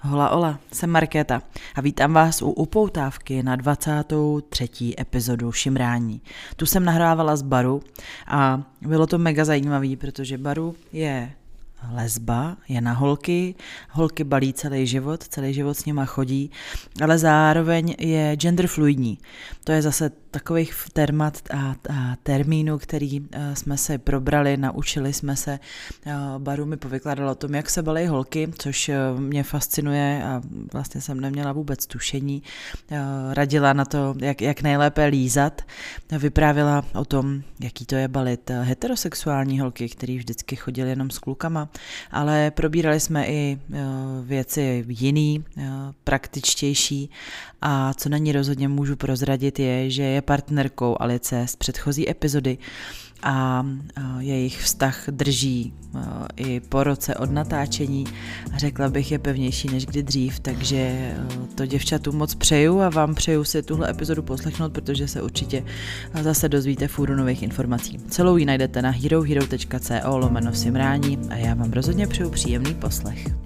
Hola, hola, jsem Markéta a vítám vás u upoutávky na 23. epizodu Šimrání. Tu jsem nahrávala z baru a bylo to mega zajímavý, protože baru je lesba, je na holky balí celý život s nima chodí, ale zároveň je genderfluidní. To je zase takových témat a termínů, který jsme se probrali, naučili jsme se. Baru mi povykládala o tom, jak se balí holky, což mě fascinuje a vlastně jsem neměla vůbec tušení. Radila na to, jak nejlépe lízat. Vyprávěla o tom, jaký to je balit heterosexuální holky, který vždycky chodili jenom s klukama, ale probírali jsme i věci jiný, praktičtější a co na ní rozhodně můžu prozradit je, že je partnerkou Alice z předchozí epizody a jejich vztah drží i po roce od natáčení a řekla bych je pevnější než kdy dřív, takže to děvčatu moc přeju a vám přeju si tuhle epizodu poslechnout, protože se určitě zase dozvíte fůru nových informací. Celou ji najdete na herohero.co/simrání a já vám rozhodně přeju příjemný poslech.